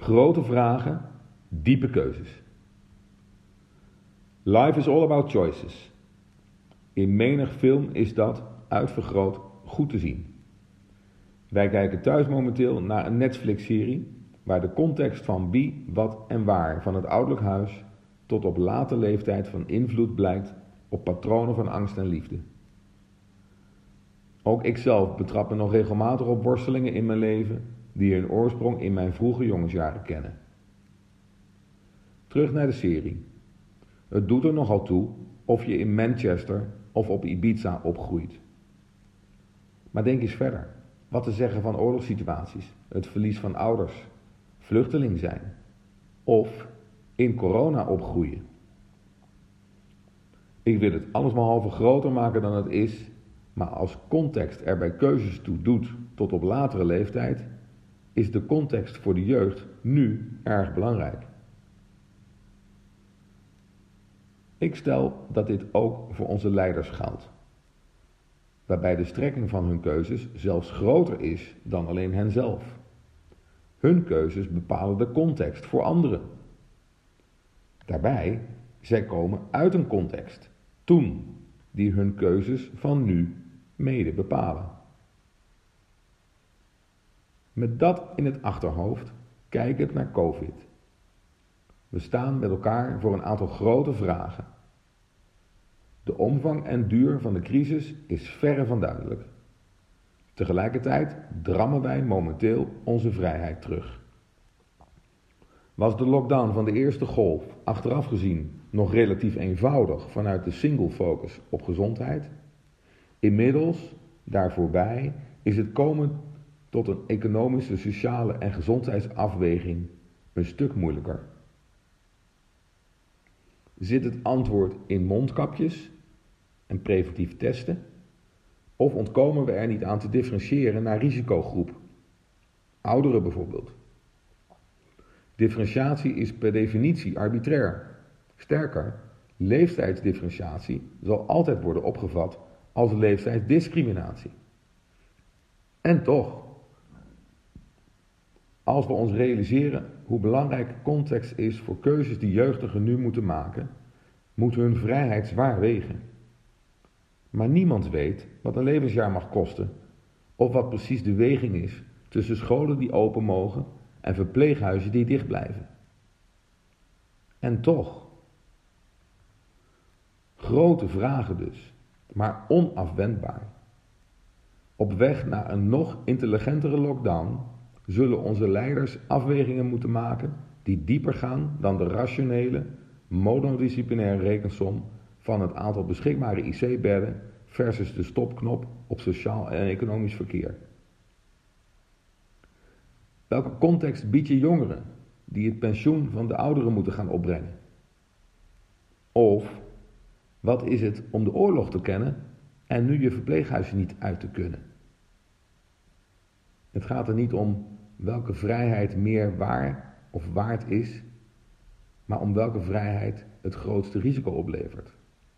Grote vragen, diepe keuzes. Life is all about choices. In menig film is dat, uitvergroot, goed te zien. Wij kijken thuis momenteel naar een Netflix-serie waar de context van wie, wat en waar van het ouderlijk huis tot op late leeftijd van invloed blijkt op patronen van angst en liefde. Ook ikzelf betrap me nog regelmatig op worstelingen in mijn leven die hun oorsprong in mijn vroege jongensjaren kennen. Terug naar de serie. Het doet er nogal toe of je in Manchester of op Ibiza opgroeit. Maar denk eens verder. Wat te zeggen van oorlogssituaties, het verlies van ouders, vluchteling zijn of in corona opgroeien. Ik wil het allesbehalve groter maken dan het is, maar als context er bij keuzes toe doet tot op latere leeftijd, is de context voor de jeugd nu erg belangrijk. Ik stel dat dit ook voor onze leiders geldt, waarbij de strekking van hun keuzes zelfs groter is dan alleen henzelf. Hun keuzes bepalen de context voor anderen. Daarbij, zij komen uit een context, toen, die hun keuzes van nu mede bepalen. Met dat in het achterhoofd, kijkend naar COVID. We staan met elkaar voor een aantal grote vragen. De omvang en duur van de crisis is verre van duidelijk. Tegelijkertijd drammen wij momenteel onze vrijheid terug. Was de lockdown van de eerste golf achteraf gezien nog relatief eenvoudig vanuit de single focus op gezondheid? Inmiddels, daar voorbij, is het komen tot een economische, sociale en gezondheidsafweging een stuk moeilijker. Zit het antwoord in mondkapjes en preventief testen? Of ontkomen we er niet aan te differentiëren naar risicogroep? Ouderen bijvoorbeeld. Differentiatie is per definitie arbitrair. Sterker, leeftijdsdifferentiatie zal altijd worden opgevat als leeftijdsdiscriminatie. En toch, als we ons realiseren hoe belangrijk context is voor keuzes die jeugdigen nu moeten maken, moet hun vrijheid zwaar wegen. Maar niemand weet wat een levensjaar mag kosten, of wat precies de weging is tussen scholen die open mogen en verpleeghuizen die dicht blijven. En toch, grote vragen dus, maar onafwendbaar. Op weg naar een nog intelligentere lockdown zullen onze leiders afwegingen moeten maken die dieper gaan dan de rationele, monodisciplinaire rekensom van het aantal beschikbare IC-bedden versus de stopknop op sociaal en economisch verkeer. Welke context bied je jongeren die het pensioen van de ouderen moeten gaan opbrengen? Of wat is het om de oorlog te kennen en nu je verpleeghuizen niet uit te kunnen? Het gaat er niet om welke vrijheid meer waar of waard is, maar om welke vrijheid het grootste risico oplevert.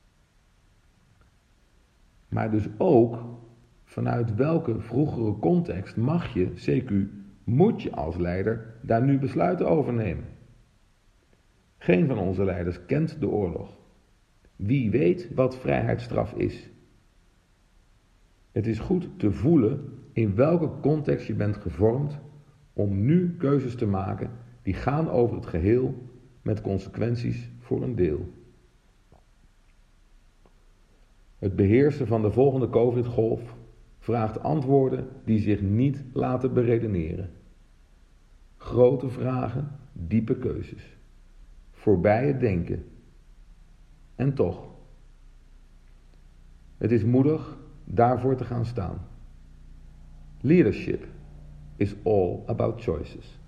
Maar dus ook vanuit welke vroegere context mag je, CQ, moet je als leider daar nu besluiten over nemen. Geen van onze leiders kent de oorlog. Wie weet wat vrijheidsstraf is? Het is goed te voelen in welke context je bent gevormd om nu keuzes te maken die gaan over het geheel met consequenties voor een deel. Het beheersen van de volgende COVID-golf vraagt antwoorden die zich niet laten beredeneren. Grote vragen, diepe keuzes. Voorbij het denken. En toch. Het is moedig daarvoor te gaan staan. Leadership is all about choices.